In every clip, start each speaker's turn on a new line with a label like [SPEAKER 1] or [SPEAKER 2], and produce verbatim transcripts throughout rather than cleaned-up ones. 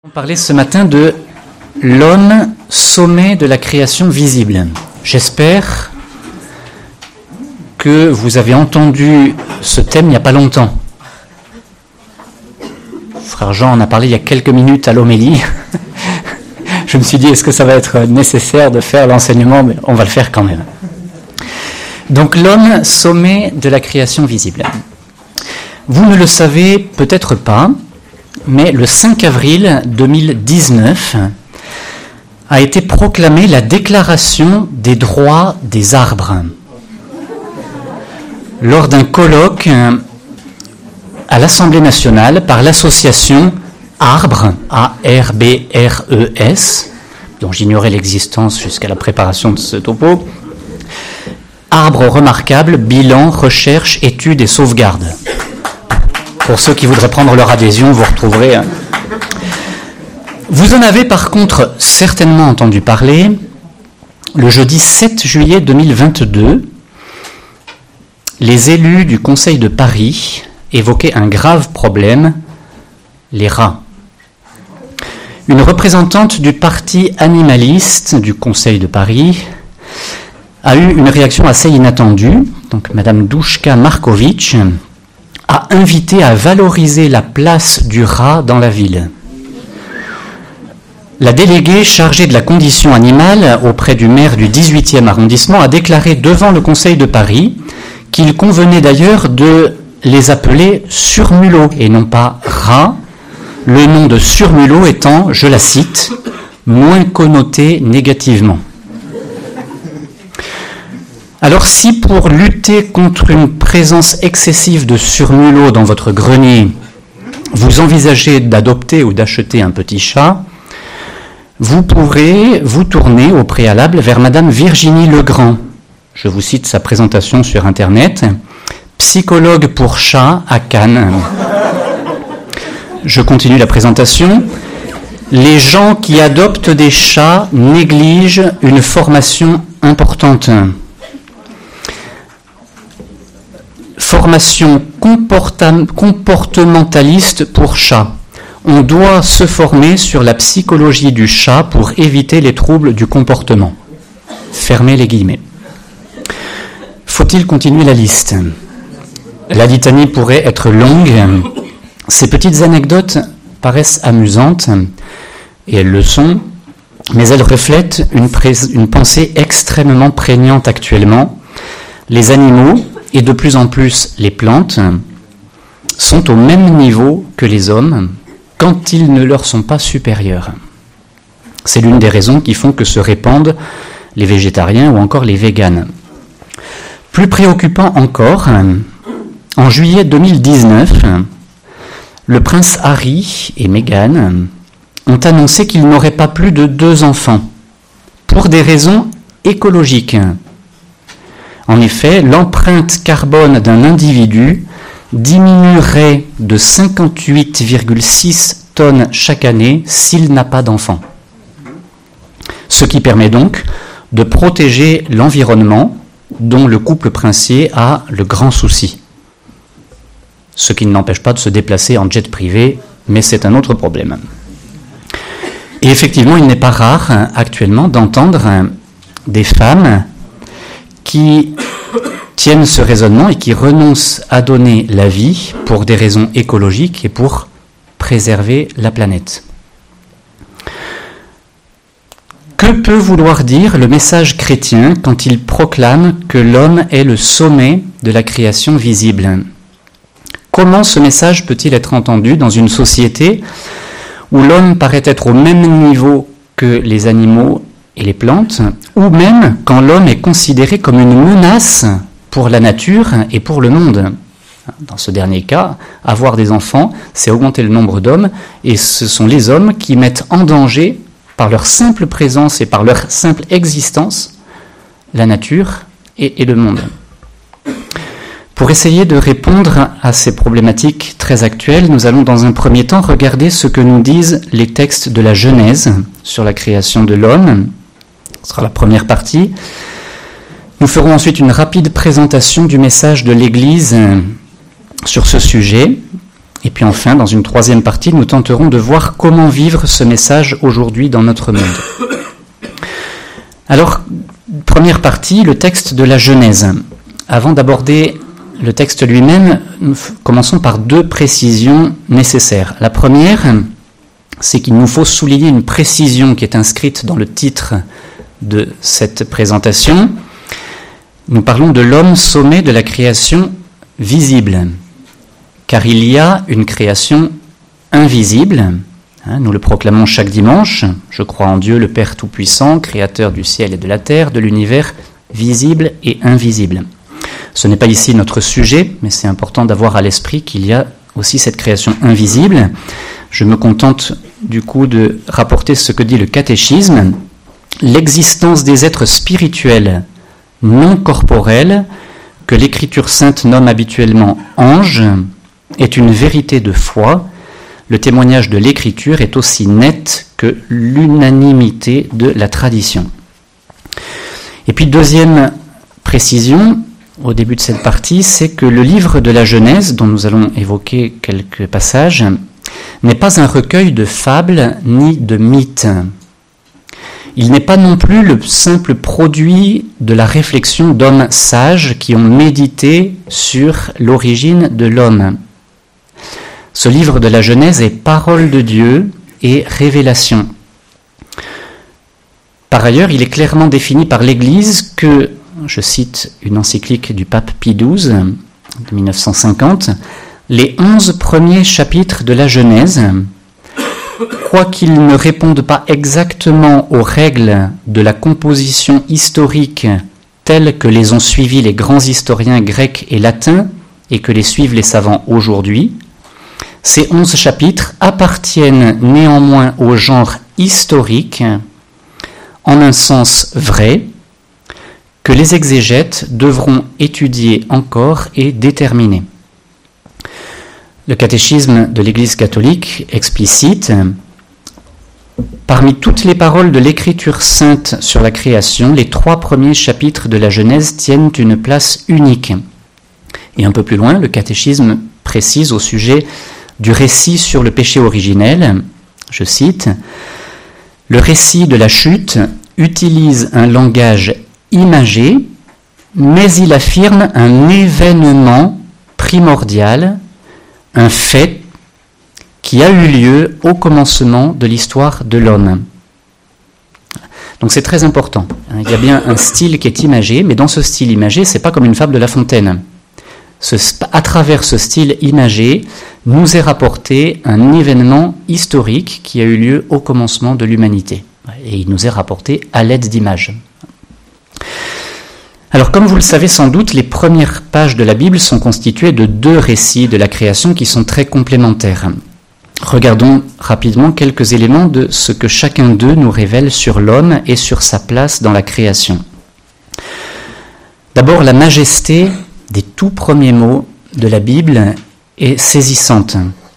[SPEAKER 1] On parlait ce matin de l'homme sommet de la création visible. J'espère que vous avez entendu ce thème il n'y a pas longtemps. Frère Jean en a parlé il y a quelques minutes à l'homélie. Je me suis dit, est-ce que ça va être nécessaire de faire l'enseignement? Mais on va le faire quand même. Donc l'homme sommet de la création visible. Vous ne le savez peut-être pas, mais le cinq avril deux mille dix-neuf a été proclamée la Déclaration des droits des arbres. Lors d'un colloque à l'Assemblée nationale par l'association Arbres, A R B R E S, dont j'ignorais l'existence jusqu'à la préparation de ce topo. Arbres remarquables, bilan, recherche, études et sauvegarde. Pour ceux qui voudraient prendre leur adhésion, vous retrouverez. Vous en avez par contre certainement entendu parler. Le jeudi sept juillet deux mille vingt-deux, les élus du Conseil de Paris évoquaient un grave problème, les rats. Une représentante du parti animaliste du Conseil de Paris a eu une réaction assez inattendue. Donc, Madame Douchka Markovic a invité à valoriser la place du rat dans la ville. La déléguée chargée de la condition animale auprès du maire du dix-huitième arrondissement a déclaré devant le Conseil de Paris qu'il convenait d'ailleurs de les appeler surmulots et non pas rats, le nom de surmulot étant, je la cite, moins connoté négativement. Alors si pour lutter contre une présence excessive de surmulots dans votre grenier, vous envisagez d'adopter ou d'acheter un petit chat, vous pourrez vous tourner au préalable vers Madame Virginie Legrand. Je vous cite sa présentation sur Internet. Psychologue pour chats à Cannes. Je continue la présentation. Les gens qui adoptent des chats négligent une formation importante. Formation comporta- comportementaliste pour chats. On doit se former sur la psychologie du chat pour éviter les troubles du comportement. Fermez les guillemets. Faut-il continuer la liste? La litanie pourrait être longue. Ces petites anecdotes paraissent amusantes, et elles le sont, mais elles reflètent une, pré- une pensée extrêmement prégnante actuellement. Les animaux, et de plus en plus les plantes, sont au même niveau que les hommes quand ils ne leur sont pas supérieurs. C'est l'une des raisons qui font que se répandent les végétariens ou encore les véganes. Plus préoccupant encore, en juillet deux mille dix-neuf, le prince Harry et Meghan ont annoncé qu'ils n'auraient pas plus de deux enfants, pour des raisons écologiques. En effet, l'empreinte carbone d'un individu diminuerait de cinquante-huit virgule six tonnes chaque année s'il n'a pas d'enfant. Ce qui permet donc de protéger l'environnement dont le couple princier a le grand souci. Ce qui ne l'empêche pas de se déplacer en jet privé, mais c'est un autre problème. Et effectivement, il n'est pas rare actuellement d'entendre des femmes qui tiennent ce raisonnement et qui renoncent à donner la vie pour des raisons écologiques et pour préserver la planète. Que peut vouloir dire le message chrétien quand il proclame que l'homme est le sommet de la création visible? Comment ce message peut-il être entendu dans une société où l'homme paraît être au même niveau que les animaux et les plantes, ou même quand l'homme est considéré comme une menace pour la nature et pour le monde? Dans ce dernier cas, avoir des enfants, c'est augmenter le nombre d'hommes, et ce sont les hommes qui mettent en danger, par leur simple présence et par leur simple existence, la nature et, et le monde. Pour essayer de répondre à ces problématiques très actuelles, nous allons dans un premier temps regarder ce que nous disent les textes de la Genèse sur la création de l'homme. Ce sera la première partie. Nous ferons ensuite une rapide présentation du message de l'Église sur ce sujet. Et puis enfin, dans une troisième partie, nous tenterons de voir comment vivre ce message aujourd'hui dans notre monde. Alors, première partie, le texte de la Genèse. Avant d'aborder le texte lui-même, nous commençons par deux précisions nécessaires. La première, c'est qu'il nous faut souligner une précision qui est inscrite dans le titre de cette présentation. Nous parlons de l'homme sommet de la création visible, car il y a une création invisible. Hein, nous le proclamons chaque dimanche. Je crois en Dieu, le Père Tout-Puissant, créateur du ciel et de la terre, de l'univers visible et invisible. Ce n'est pas ici notre sujet, mais c'est important d'avoir à l'esprit qu'il y a aussi cette création invisible. Je me contente du coup de rapporter ce que dit le catéchisme. L'existence des êtres spirituels non corporels, que l'Écriture sainte nomme habituellement anges, est une vérité de foi. Le témoignage de l'Écriture est aussi net que l'unanimité de la tradition. Et puis deuxième précision, au début de cette partie, c'est que le livre de la Genèse, dont nous allons évoquer quelques passages, n'est pas un recueil de fables ni de mythes. Il n'est pas non plus le simple produit de la réflexion d'hommes sages qui ont médité sur l'origine de l'homme. Ce livre de la Genèse est parole de Dieu et révélation. Par ailleurs, il est clairement défini par l'Église que, je cite une encyclique du pape Pie douze de mille neuf cent cinquante, les onze premiers chapitres de la Genèse, quoiqu'ils ne répondent pas exactement aux règles de la composition historique telles que les ont suivies les grands historiens grecs et latins et que les suivent les savants aujourd'hui, ces onze chapitres appartiennent néanmoins au genre historique, en un sens vrai, que les exégètes devront étudier encore et déterminer. Le catéchisme de l'Église catholique explicite « Parmi toutes les paroles de l'Écriture sainte sur la création, les trois premiers chapitres de la Genèse tiennent une place unique. » Et un peu plus loin, le catéchisme précise au sujet du récit sur le péché originel, je cite, « Le récit de la chute utilise un langage imagé, mais il affirme un événement primordial, un fait qui a eu lieu au commencement de l'histoire de l'homme. » Donc c'est très important. Il y a bien un style qui est imagé, mais dans ce style imagé, c'est pas comme une fable de La Fontaine. Ce, à travers ce style imagé, nous est rapporté un événement historique qui a eu lieu au commencement de l'humanité. Et il nous est rapporté à l'aide d'images. Alors, comme vous le savez sans doute, les premières pages de la Bible sont constituées de deux récits de la création qui sont très complémentaires. Regardons rapidement quelques éléments de ce que chacun d'eux nous révèle sur l'homme et sur sa place dans la création. D'abord, la majesté des tout premiers mots de la Bible est saisissante.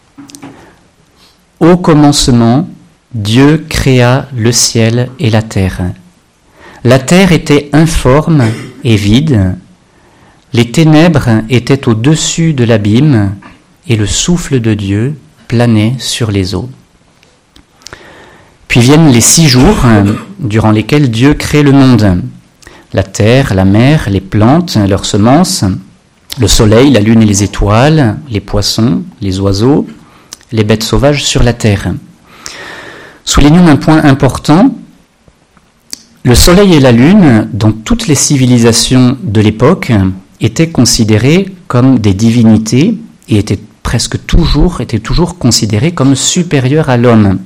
[SPEAKER 1] Au commencement, Dieu créa le ciel et la terre. La terre était informe et vide, les ténèbres étaient au-dessus de l'abîme et le souffle de Dieu planait sur les eaux. Puis viennent les six jours durant lesquels Dieu crée le monde. La terre, la mer, les plantes, leurs semences, le soleil, la lune et les étoiles, les poissons, les oiseaux, les bêtes sauvages sur la terre. Soulignons un point important. Le soleil et la lune, dans toutes les civilisations de l'époque, étaient considérés comme des divinités et étaient presque toujours, étaient toujours considérés comme supérieurs à l'homme.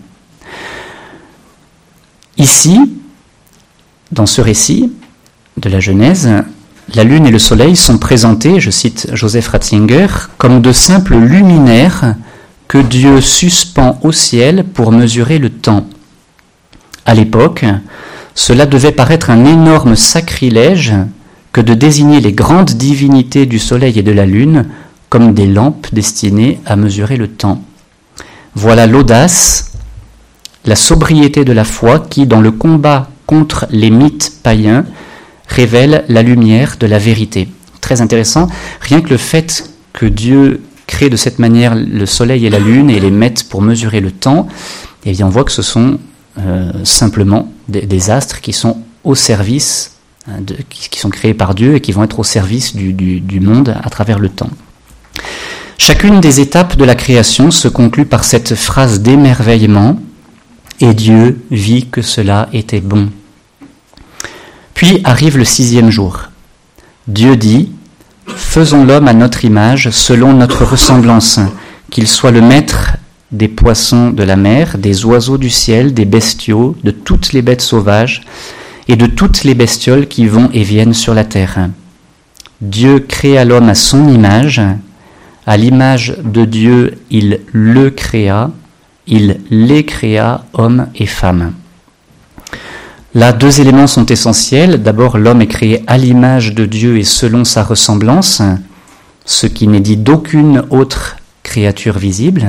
[SPEAKER 1] Ici, dans ce récit de la Genèse, la lune et le soleil sont présentés, je cite Joseph Ratzinger, comme de simples luminaires que Dieu suspend au ciel pour mesurer le temps. À l'époque, cela devait paraître un énorme sacrilège que de désigner les grandes divinités du soleil et de la lune comme des lampes destinées à mesurer le temps. Voilà l'audace, la sobriété de la foi qui, dans le combat contre les mythes païens, révèle la lumière de la vérité. Très intéressant, rien que le fait que Dieu crée de cette manière le soleil et la lune et les met pour mesurer le temps, et bien on voit que ce sont euh, simplement des, des astres qui sont au service, hein, de, qui, qui sont créés par Dieu et qui vont être au service du, du, du monde à travers le temps. Chacune des étapes de la création se conclut par cette phrase d'émerveillement, et Dieu vit que cela était bon. Puis arrive le sixième jour. Dieu dit, faisons l'homme à notre image, selon notre ressemblance, qu'il soit le maître des poissons de la mer, des oiseaux du ciel, des bestiaux, de toutes les bêtes sauvages et de toutes les bestioles qui vont et viennent sur la terre. Dieu créa l'homme à son image, à l'image de Dieu il le créa, il les créa, hommes et femmes. Là, deux éléments sont essentiels. D'abord, l'homme est créé à l'image de Dieu et selon sa ressemblance, ce qui n'est dit d'aucune autre créature visible.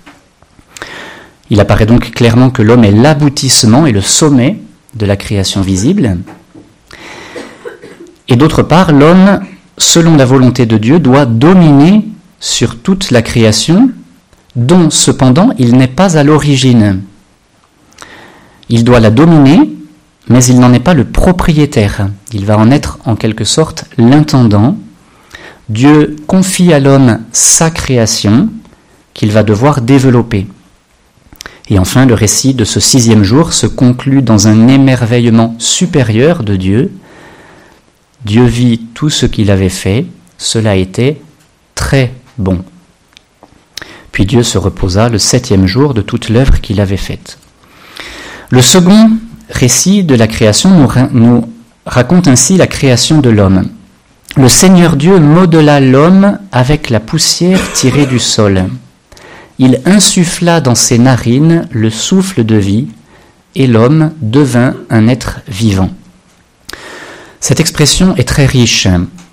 [SPEAKER 1] Il apparaît donc clairement que l'homme est l'aboutissement et le sommet de la création visible. Et d'autre part, l'homme, selon la volonté de Dieu, doit dominer sur toute la création, dont cependant il n'est pas à l'origine. Il doit la dominer, mais il n'en est pas le propriétaire. Il va en être en quelque sorte l'intendant. Dieu confie à l'homme sa création qu'il va devoir développer. Et enfin, le récit de ce sixième jour se conclut dans un émerveillement supérieur de Dieu. Dieu vit tout ce qu'il avait fait, cela était très bon. Puis Dieu se reposa le septième jour de toute l'œuvre qu'il avait faite. Le second récit de la création nous, ra- nous raconte ainsi la création de l'homme. Le Seigneur Dieu modela l'homme avec la poussière tirée du sol. Il insuffla dans ses narines le souffle de vie, et l'homme devint un être vivant. Cette expression est très riche.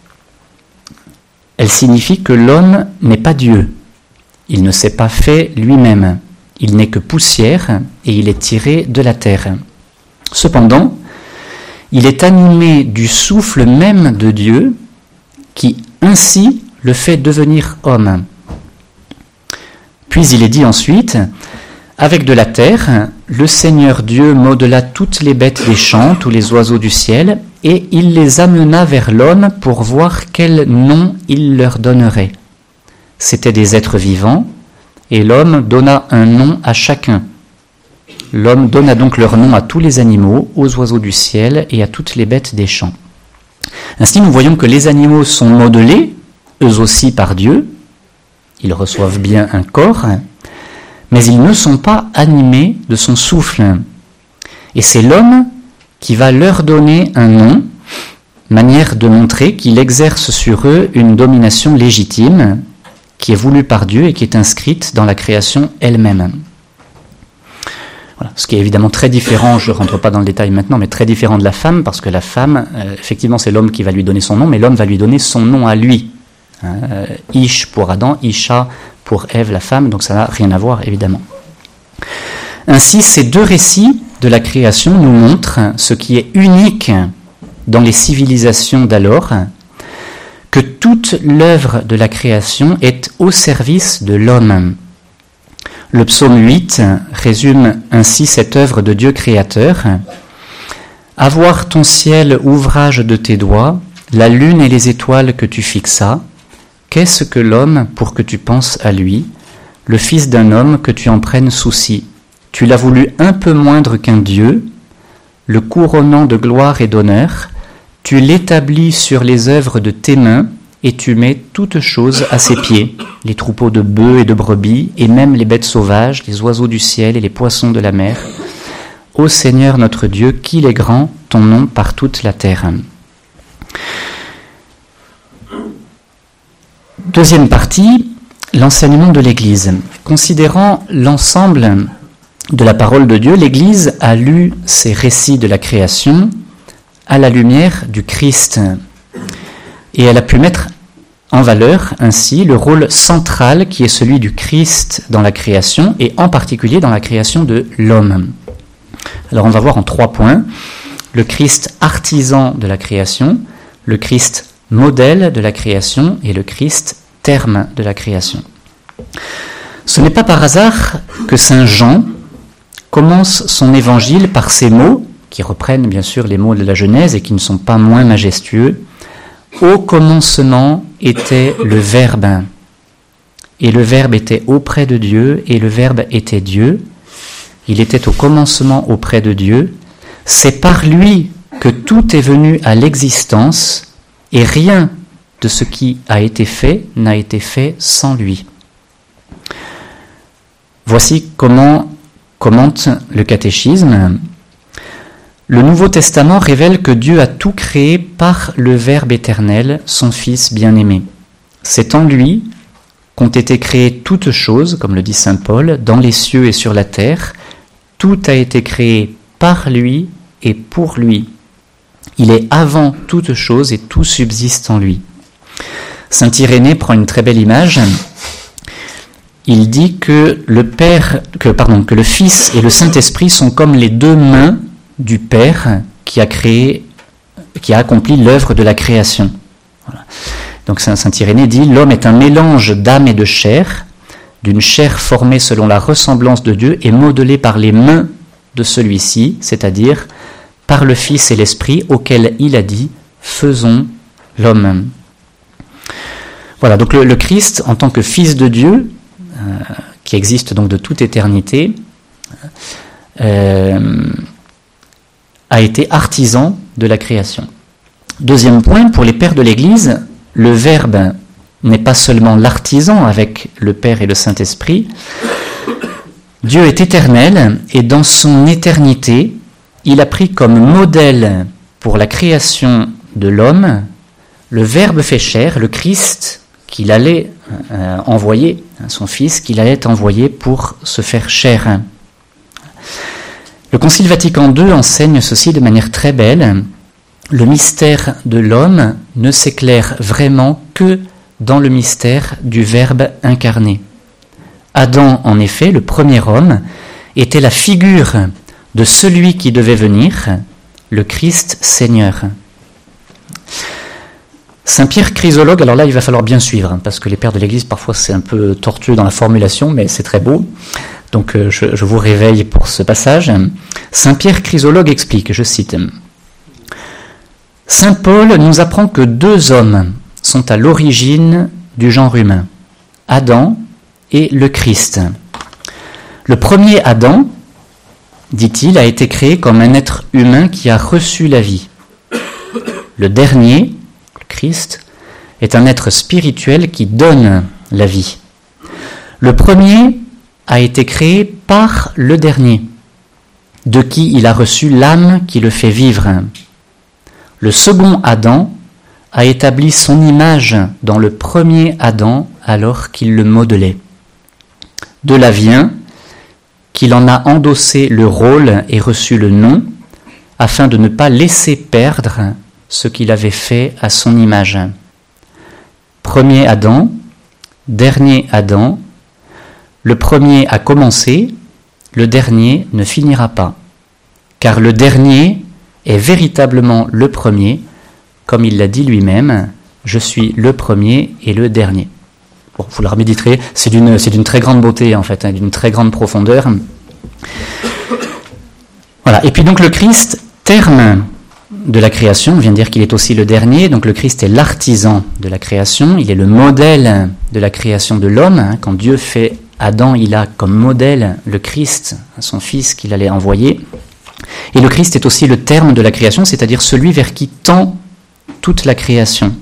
[SPEAKER 1] Elle signifie que l'homme n'est pas Dieu. Il ne s'est pas fait lui-même. Il n'est que poussière et il est tiré de la terre. Cependant, il est animé du souffle même de Dieu qui ainsi le fait devenir homme. Puis il est dit ensuite, avec de la terre, le Seigneur Dieu modela toutes les bêtes des champs, tous les oiseaux du ciel, et il les amena vers l'homme pour voir quel nom il leur donnerait. C'étaient des êtres vivants, et l'homme donna un nom à chacun. L'homme donna donc leur nom à tous les animaux, aux oiseaux du ciel et à toutes les bêtes des champs. Ainsi, nous voyons que les animaux sont modelés, eux aussi par Dieu. Ils reçoivent bien un corps, mais ils ne sont pas animés de son souffle. Et c'est l'homme qui va leur donner un nom, manière de montrer qu'il exerce sur eux une domination légitime, qui est voulue par Dieu et qui est inscrite dans la création elle-même. Voilà. Ce qui est évidemment très différent, je ne rentre pas dans le détail maintenant, mais très différent de la femme, parce que la femme, euh, effectivement, c'est l'homme qui va lui donner son nom, mais l'homme va lui donner son nom à lui. Euh, Ish pour Adam, Isha pour Ève, la femme, donc ça n'a rien à voir, évidemment. Ainsi, ces deux récits de la création nous montrent ce qui est unique dans les civilisations d'alors, que toute l'œuvre de la création est au service de l'homme. Le psaume huit résume ainsi cette œuvre de Dieu créateur. « À voir ton ciel, ouvrage de tes doigts, la lune et les étoiles que tu fixas, qu'est-ce que l'homme pour que tu penses à lui, le fils d'un homme que tu en prennes souci. Tu l'as voulu un peu moindre qu'un Dieu, le couronnant de gloire et d'honneur, tu l'établis sur les œuvres de tes mains et tu mets toutes choses à ses pieds, les troupeaux de bœufs et de brebis, et même les bêtes sauvages, les oiseaux du ciel et les poissons de la mer. Ô Seigneur notre Dieu, qu'il est grand ton nom par toute la terre. » Deuxième partie, l'enseignement de l'Église. Considérant l'ensemble de la parole de Dieu, l'Église a lu ces récits de la création à la lumière du Christ. Et elle a pu mettre en valeur ainsi le rôle central qui est celui du Christ dans la création et en particulier dans la création de l'homme. Alors on va voir en trois points, le Christ artisan de la création, le Christ modèle de la création et le Christ terme de la création. Ce n'est pas par hasard que saint Jean commence son évangile par ces mots, qui reprennent bien sûr les mots de la Genèse et qui ne sont pas moins majestueux. « Au commencement était le Verbe, et le Verbe était auprès de Dieu, et le Verbe était Dieu. Il était au commencement auprès de Dieu. C'est par lui que tout est venu à l'existence, et rien de ce qui a été fait n'a été fait sans lui. » Voici comment commente le catéchisme. Le Nouveau Testament révèle que Dieu a tout créé par le Verbe éternel, son Fils bien-aimé. C'est en lui qu'ont été créées toutes choses, comme le dit saint Paul, dans les cieux et sur la terre. Tout a été créé par lui et pour lui. Il est avant toute chose et tout subsiste en lui. Saint Irénée prend une très belle image. Il dit que le Père, que, pardon, que le Fils et le Saint-Esprit sont comme les deux mains du Père qui a créé, qui a accompli l'œuvre de la création. Voilà. Donc Saint Irénée dit « L'homme est un mélange d'âme et de chair, d'une chair formée selon la ressemblance de Dieu et modelée par les mains de celui-ci, c'est-à-dire par le Fils et l'Esprit, auquel il a dit « Faisons l'homme ». Voilà, donc le, le Christ, en tant que Fils de Dieu, euh, qui existe donc de toute éternité, euh, a été artisan de la création. Deuxième point, pour les pères de l'Église, le Verbe n'est pas seulement l'artisan avec le Père et le Saint-Esprit. Dieu est éternel et dans son éternité, il a pris comme modèle pour la création de l'homme le Verbe fait chair, le Christ qu'il allait euh, envoyer, son Fils qu'il allait envoyer pour se faire chair. Le Concile Vatican deux enseigne ceci de manière très belle. Le mystère de l'homme ne s'éclaire vraiment que dans le mystère du Verbe incarné. Adam, en effet, le premier homme, était la figure de celui qui devait venir, le Christ Seigneur. Saint Pierre Chrysologue, alors là il va falloir bien suivre, hein, parce que les pères de l'Église parfois c'est un peu tortueux dans la formulation, mais c'est très beau. Donc euh, je, je vous réveille pour ce passage. Saint Pierre Chrysologue explique, je cite, « Saint Paul nous apprend que deux hommes sont à l'origine du genre humain, Adam et le Christ. Le premier Adam, dit-il, a été créé comme un être humain qui a reçu la vie. Le dernier, le Christ, est un être spirituel qui donne la vie. Le premier a été créé par le dernier, de qui il a reçu l'âme qui le fait vivre. Le second Adam a établi son image dans le premier Adam alors qu'il le modelait. De là vient qu'il en a endossé le rôle et reçu le nom, afin de ne pas laisser perdre ce qu'il avait fait à son image. Premier Adam, dernier Adam, le premier a commencé, le dernier ne finira pas, car le dernier est véritablement le premier, comme il l'a dit lui-même, je suis le premier et le dernier. Bon, vous le reméditerez, c'est d'une, c'est d'une très grande beauté en fait, hein, d'une très grande profondeur. Voilà, et puis donc le Christ, terme de la création, on vient de dire qu'il est aussi le dernier, donc le Christ est l'artisan de la création, il est le modèle de la création de l'homme, hein, quand Dieu fait Adam, il a comme modèle le Christ, son fils qu'il allait envoyer. Et le Christ est aussi le terme de la création, c'est-à-dire celui vers qui tend toute la création.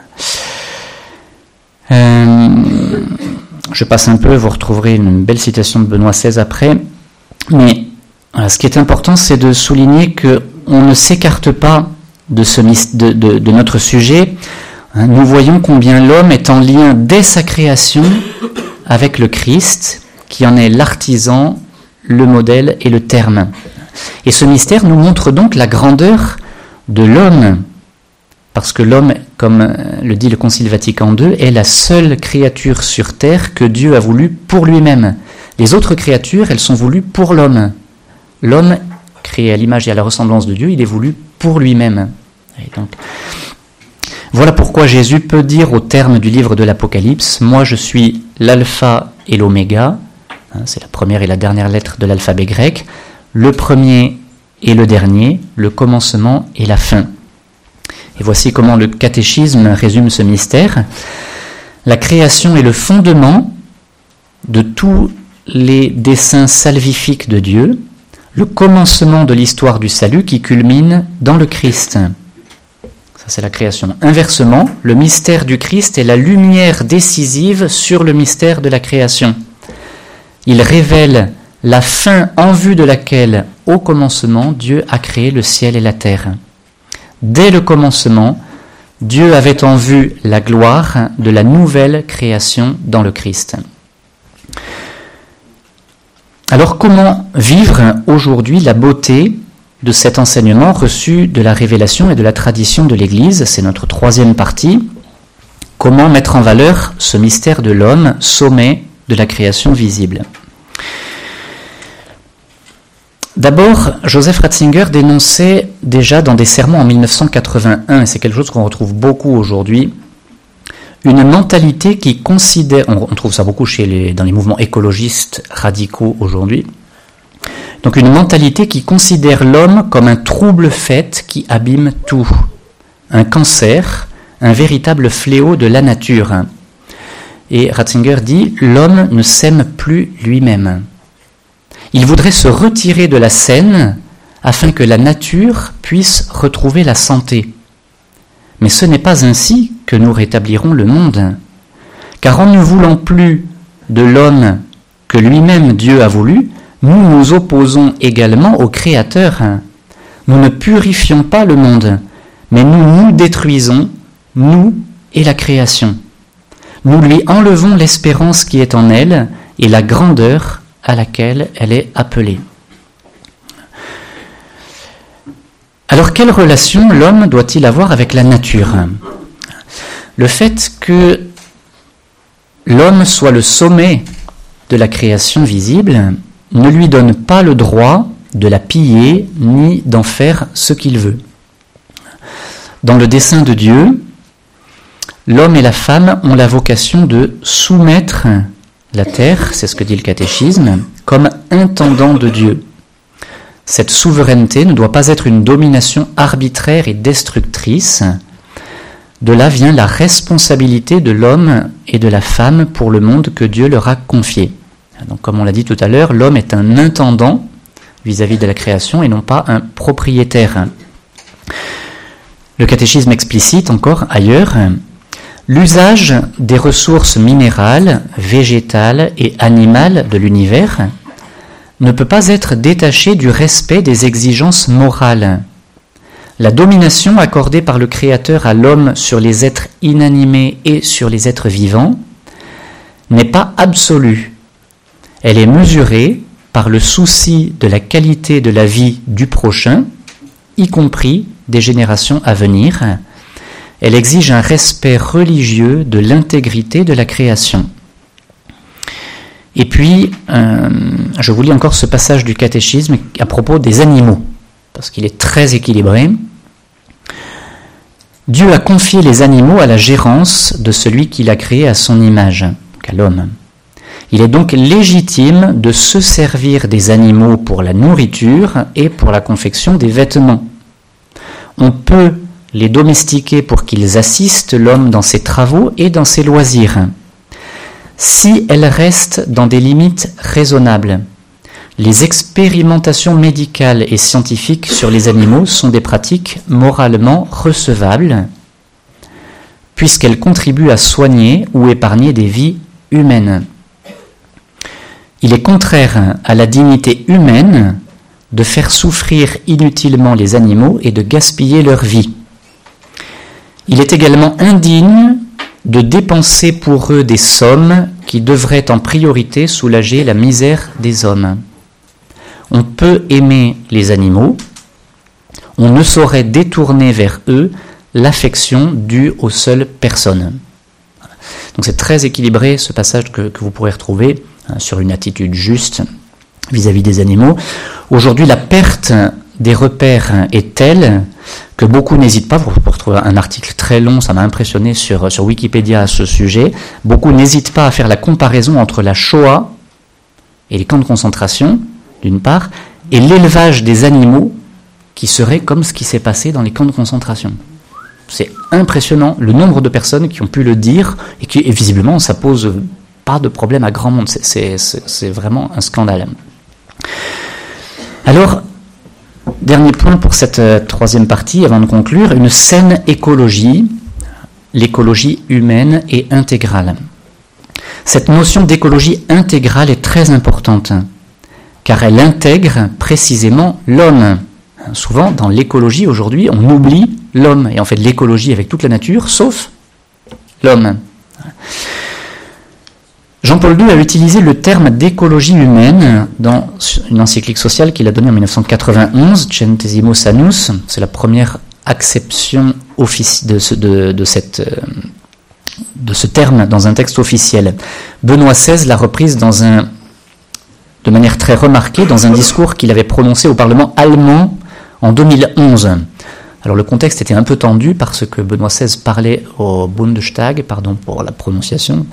[SPEAKER 1] Euh, je passe un peu, vous retrouverez une belle citation de Benoît seize après. Mais voilà, ce qui est important, c'est de souligner qu'on ne s'écarte pas de, ce, de, de, de notre sujet. Nous voyons combien l'homme est en lien dès sa création avec le Christ, qui en est l'artisan, le modèle et le terme. Et ce mystère nous montre donc la grandeur de l'homme, parce que l'homme, comme le dit le Concile Vatican deux, est la seule créature sur terre que Dieu a voulu pour lui-même. Les autres créatures, elles sont voulues pour l'homme. L'homme, créé à l'image et à la ressemblance de Dieu, il est voulu pour lui-même. Et donc, Voilà pourquoi Jésus peut dire au terme du livre de l'Apocalypse, « Moi je suis l'alpha et l'oméga », c'est la première et la dernière lettre de l'alphabet grec, le premier et le dernier, le commencement et la fin. Et voici comment le catéchisme résume ce mystère. La création est le fondement de tous les desseins salvifiques de Dieu, le commencement de l'histoire du salut qui culmine dans le Christ. Ça, c'est la création. Inversement, le mystère du Christ est la lumière décisive sur le mystère de la création. Il révèle la fin en vue de laquelle, au commencement, Dieu a créé le ciel et la terre. Dès le commencement, Dieu avait en vue la gloire de la nouvelle création dans le Christ. Alors comment vivre aujourd'hui la beauté de cet enseignement reçu de la révélation et de la tradition de l'Église? C'est notre troisième partie. Comment mettre en valeur ce mystère de l'homme, sommet de la création visible? D'abord, Joseph Ratzinger dénonçait déjà dans des sermons en mille neuf cent quatre-vingt-un, et c'est quelque chose qu'on retrouve beaucoup aujourd'hui, une mentalité qui considère, on trouve ça beaucoup chez les, dans les mouvements écologistes radicaux aujourd'hui, donc une mentalité qui considère l'homme comme un trouble fait qui abîme tout, un cancer, un véritable fléau de la nature. Et Ratzinger dit, l'homme ne s'aime plus lui-même. Il voudrait se retirer de la scène afin que la nature puisse retrouver la santé. Mais ce n'est pas ainsi que nous rétablirons le monde. Car en ne voulant plus de l'homme que lui-même Dieu a voulu, nous nous opposons également au Créateur. Nous ne purifions pas le monde, mais nous nous détruisons, nous et la création. Nous lui enlevons l'espérance qui est en elle et la grandeur à laquelle elle est appelée. Alors, quelle relation l'homme doit-il avoir avec la nature? Le fait que l'homme soit le sommet de la création visible ne lui donne pas le droit de la piller ni d'en faire ce qu'il veut. Dans le dessein de Dieu, l'homme et la femme ont la vocation de soumettre la terre, c'est ce que dit le catéchisme, comme intendant de Dieu. Cette souveraineté ne doit pas être une domination arbitraire et destructrice. De là vient la responsabilité de l'homme et de la femme pour le monde que Dieu leur a confié. Donc, comme on l'a dit tout à l'heure, l'homme est un intendant vis-à-vis de la création et non pas un propriétaire. Le catéchisme explicite encore ailleurs, l'usage des ressources minérales, végétales et animales de l'univers ne peut pas être détaché du respect des exigences morales. La domination accordée par le Créateur à l'homme sur les êtres inanimés et sur les êtres vivants n'est pas absolue. Elle est mesurée par le souci de la qualité de la vie du prochain, y compris des générations à venir. Elle exige un respect religieux de l'intégrité de la création. Et puis, euh, je vous lis encore ce passage du catéchisme à propos des animaux, parce qu'il est très équilibré. Dieu a confié les animaux à la gérance de celui qui l'a créé à son image, qu'à l'homme. Il est donc légitime de se servir des animaux pour la nourriture et pour la confection des vêtements. On peut les domestiquer pour qu'ils assistent l'homme dans ses travaux et dans ses loisirs, si elles restent dans des limites raisonnables. Les expérimentations médicales et scientifiques sur les animaux sont des pratiques moralement recevables, puisqu'elles contribuent à soigner ou épargner des vies humaines. Il est contraire à la dignité humaine de faire souffrir inutilement les animaux et de gaspiller leur vie. Il est également indigne de dépenser pour eux des sommes qui devraient en priorité soulager la misère des hommes. On peut aimer les animaux, on ne saurait détourner vers eux l'affection due aux seules personnes. Donc c'est très équilibré ce passage que, que vous pourrez retrouver hein, sur une attitude juste vis-à-vis des animaux. Aujourd'hui, la perte des repères est telle que beaucoup n'hésitent pas, pour, pour trouver un article très long, ça m'a impressionné sur, sur Wikipédia à ce sujet, beaucoup n'hésitent pas à faire la comparaison entre la Shoah et les camps de concentration, d'une part, et l'élevage des animaux qui serait comme ce qui s'est passé dans les camps de concentration. C'est impressionnant le nombre de personnes qui ont pu le dire et qui, et visiblement, ça pose pas de problème à grand monde. C'est, c'est, c'est, c'est vraiment un scandale. Alors, dernier point pour cette euh, troisième partie, avant de conclure, une saine écologie, l'écologie humaine et intégrale. Cette notion d'écologie intégrale est très importante, car elle intègre précisément l'homme. Souvent, dans l'écologie, aujourd'hui, on oublie l'homme, et on fait de l'écologie avec toute la nature, sauf l'homme. Jean-Paul deux a utilisé le terme d'écologie humaine dans une encyclique sociale qu'il a donnée en dix-neuf cent quatre-vingt-onze, Centesimus Annus. C'est la première acception offici- de, ce, de, de, cette, de ce terme dans un texte officiel. Benoît seize l'a reprise dans un, de manière très remarquée dans un discours qu'il avait prononcé au Parlement allemand en deux mille onze. Alors le contexte était un peu tendu parce que Benoît seize parlait au Bundestag, pardon pour la prononciation,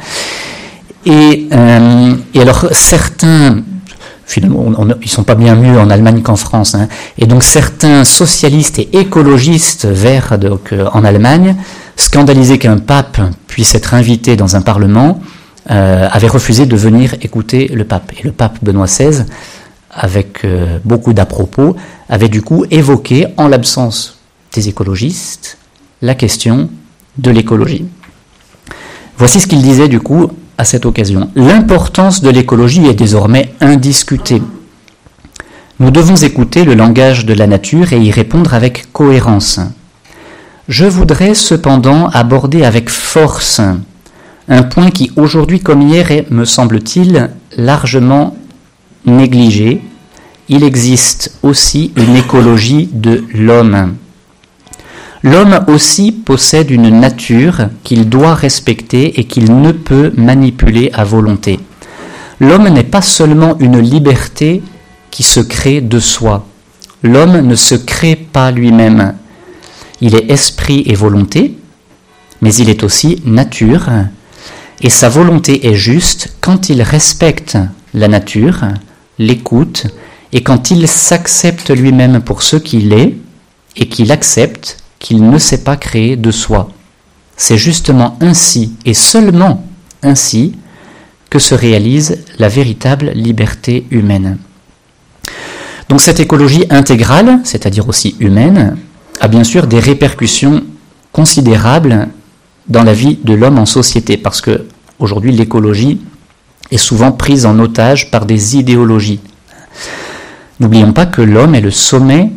[SPEAKER 1] et, euh, et alors certains, finalement on, on, ils sont pas bien mieux en Allemagne qu'en France, hein, et donc certains socialistes et écologistes verts donc, euh, en Allemagne, scandalisés qu'un pape puisse être invité dans un parlement, euh, avaient refusé de venir écouter le pape. Et le pape Benoît seize, avec euh, beaucoup d'à-propos, avait du coup évoqué, en l'absence des écologistes, la question de l'écologie. Voici ce qu'il disait du coup à cette occasion. L'importance de l'écologie est désormais indiscutée. Nous devons écouter le langage de la nature et y répondre avec cohérence. Je voudrais cependant aborder avec force un point qui aujourd'hui comme hier est, me semble-t-il, largement négligé. Il existe aussi une écologie de l'homme. L'homme aussi possède une nature qu'il doit respecter et qu'il ne peut manipuler à volonté. L'homme n'est pas seulement une liberté qui se crée de soi. L'homme ne se crée pas lui-même. Il est esprit et volonté, mais il est aussi nature, et sa volonté est juste quand il respecte la nature, l'écoute, et quand il s'accepte lui-même pour ce qu'il est, et qu'il accepte qu'il ne s'est pas créé de soi. C'est justement ainsi, et seulement ainsi, que se réalise la véritable liberté humaine. Donc cette écologie intégrale, c'est-à-dire aussi humaine, a bien sûr des répercussions considérables dans la vie de l'homme en société, parce que aujourd'hui l'écologie est souvent prise en otage par des idéologies. N'oublions pas que l'homme est le sommet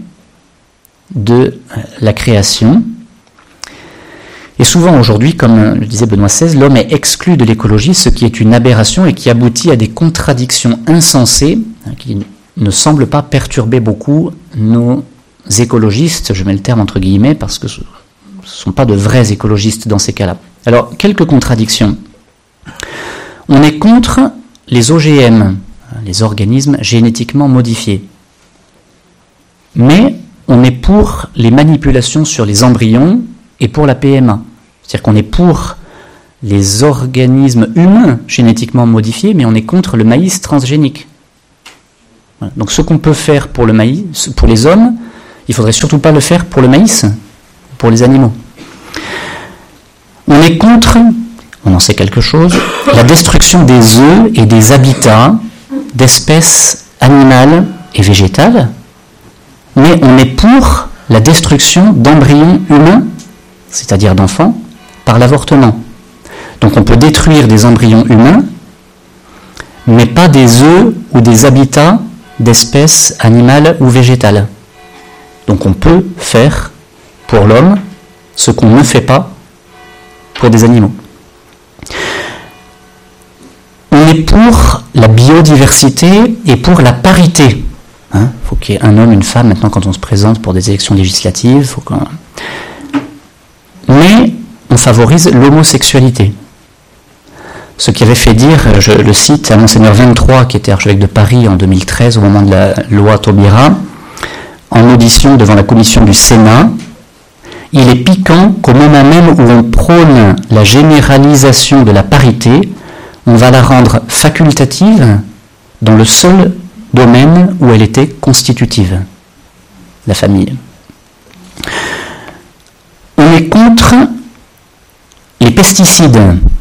[SPEAKER 1] de la création. Et souvent aujourd'hui, comme le disait Benoît seize, l'homme est exclu de l'écologie, ce qui est une aberration et qui aboutit à des contradictions insensées qui ne semblent pas perturber beaucoup nos écologistes, je mets le terme entre guillemets parce que ce ne sont pas de vrais écologistes dans ces cas-là. Alors, quelques contradictions. On est contre les O G M, les organismes génétiquement modifiés. Mais on est pour les manipulations sur les embryons et pour la P M A. C'est-à-dire qu'on est pour les organismes humains génétiquement modifiés, mais on est contre le maïs transgénique. Voilà. Donc ce qu'on peut faire pour le maïs, pour les hommes, il ne faudrait surtout pas le faire pour le maïs, pour les animaux. On est contre, on en sait quelque chose, la destruction des œufs et des habitats d'espèces animales et végétales, mais on est pour la destruction d'embryons humains, c'est-à-dire d'enfants, par l'avortement. Donc on peut détruire des embryons humains, mais pas des œufs ou des habitats d'espèces animales ou végétales. Donc on peut faire pour l'homme ce qu'on ne fait pas pour des animaux. On est pour la biodiversité et pour la parité. Il hein, faut qu'il y ait un homme, une femme, maintenant quand on se présente pour des élections législatives. Faut qu'on... Mais on favorise l'homosexualité. Ce qui avait fait dire, je le cite, à Monseigneur vingt-trois, qui était archevêque de Paris en deux mille treize, au moment de la loi Taubira, en audition devant la commission du Sénat, il est piquant qu'au moment même où on prône la généralisation de la parité, on va la rendre facultative dans le seul domaine où elle était constitutive, la famille. On est contre les pesticides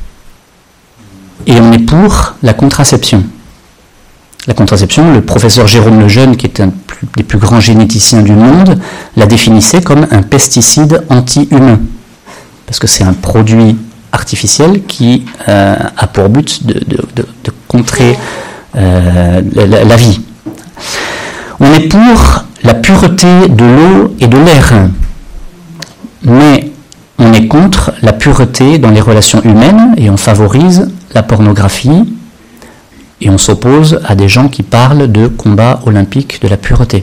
[SPEAKER 1] et on est pour la contraception. La contraception, le professeur Jérôme Lejeune, qui est un des plus grands généticiens du monde, la définissait comme un pesticide anti-humain, parce que c'est un produit artificiel qui euh, a pour but de, de, de, de contrer euh, la, la vie. On est pour la pureté de l'eau et de l'air, mais on est contre la pureté dans les relations humaines et on favorise la pornographie et on s'oppose à des gens qui parlent de combat olympique de la pureté.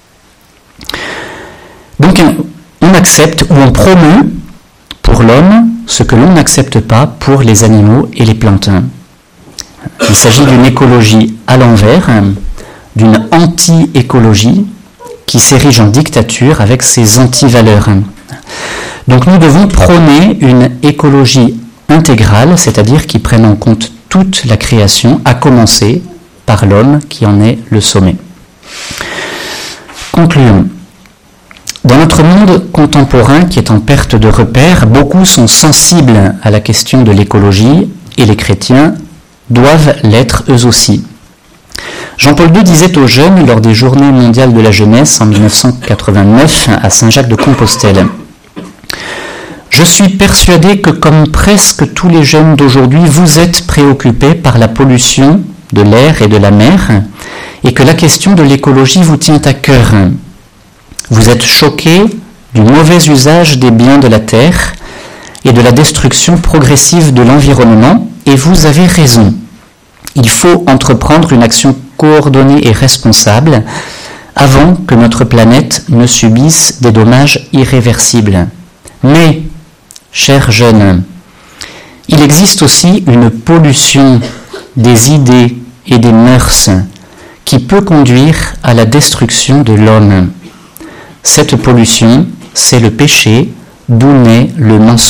[SPEAKER 1] Donc on accepte ou on promeut pour l'homme ce que l'on n'accepte pas pour les animaux et les plantes. Il s'agit d'une écologie à l'envers, d'une anti-écologie qui s'érige en dictature avec ses anti-valeurs. Donc nous devons prôner une écologie intégrale, c'est-à-dire qui prenne en compte toute la création, à commencer par l'homme qui en est le sommet. Concluons. Dans notre monde contemporain qui est en perte de repères, beaucoup sont sensibles à la question de l'écologie et les chrétiens doivent l'être eux aussi. Jean-Paul deux disait aux jeunes lors des Journées mondiales de la jeunesse en dix-neuf cent quatre-vingt-neuf à Saint-Jacques-de-Compostelle: « Je suis persuadé que comme presque tous les jeunes d'aujourd'hui, vous êtes préoccupés par la pollution de l'air et de la mer et que la question de l'écologie vous tient à cœur. Vous êtes choqués du mauvais usage des biens de la terre et de la destruction progressive de l'environnement, et vous avez raison. Il faut entreprendre une action coordonnée et responsable avant que notre planète ne subisse des dommages irréversibles. Mais, chers jeunes, il existe aussi une pollution des idées et des mœurs qui peut conduire à la destruction de l'homme. Cette pollution, c'est le péché, d'où naît le mensonge. »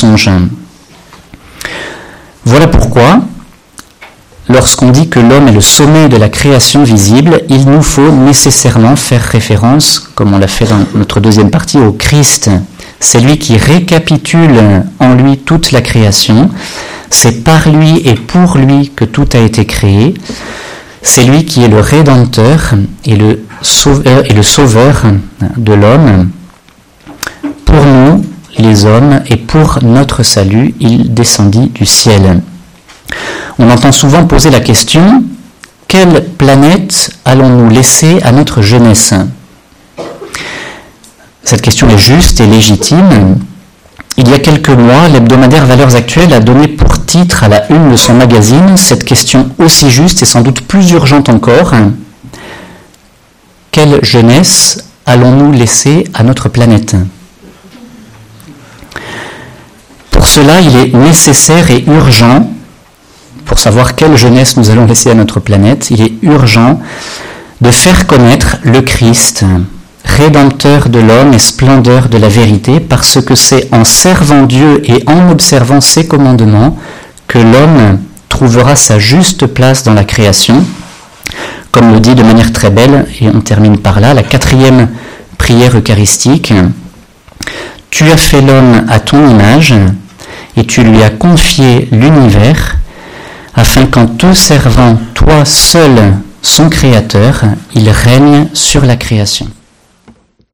[SPEAKER 1] Voilà pourquoi, lorsqu'on dit que l'homme est le sommet de la création visible, il nous faut nécessairement faire référence, comme on l'a fait dans notre deuxième partie, au Christ. C'est lui qui récapitule en lui toute la création. C'est par lui et pour lui que tout a été créé. C'est lui qui est le Rédempteur et le Sauveur, et le sauveur de l'homme. Pour nous, les hommes, et pour notre salut, il descendit du ciel. On entend souvent poser la question: quelle planète allons-nous laisser à notre jeunesse ? Cette question est juste et légitime. Il y a quelques mois, l'hebdomadaire Valeurs Actuelles a donné pour titre à la une de son magazine cette question aussi juste et sans doute plus urgente encore: quelle jeunesse allons-nous laisser à notre planète ? Pour cela, il est nécessaire et urgent, pour savoir quelle jeunesse nous allons laisser à notre planète, il est urgent de faire connaître le Christ, Rédempteur de l'homme et splendeur de la vérité, parce que c'est en servant Dieu et en observant ses commandements que l'homme trouvera sa juste place dans la création, comme le dit de manière très belle, et on termine par là, la quatrième prière eucharistique: « Tu as fait l'homme à ton image, et tu lui as confié l'univers, afin qu'en te servant, toi seul, son Créateur, il règne sur la création. »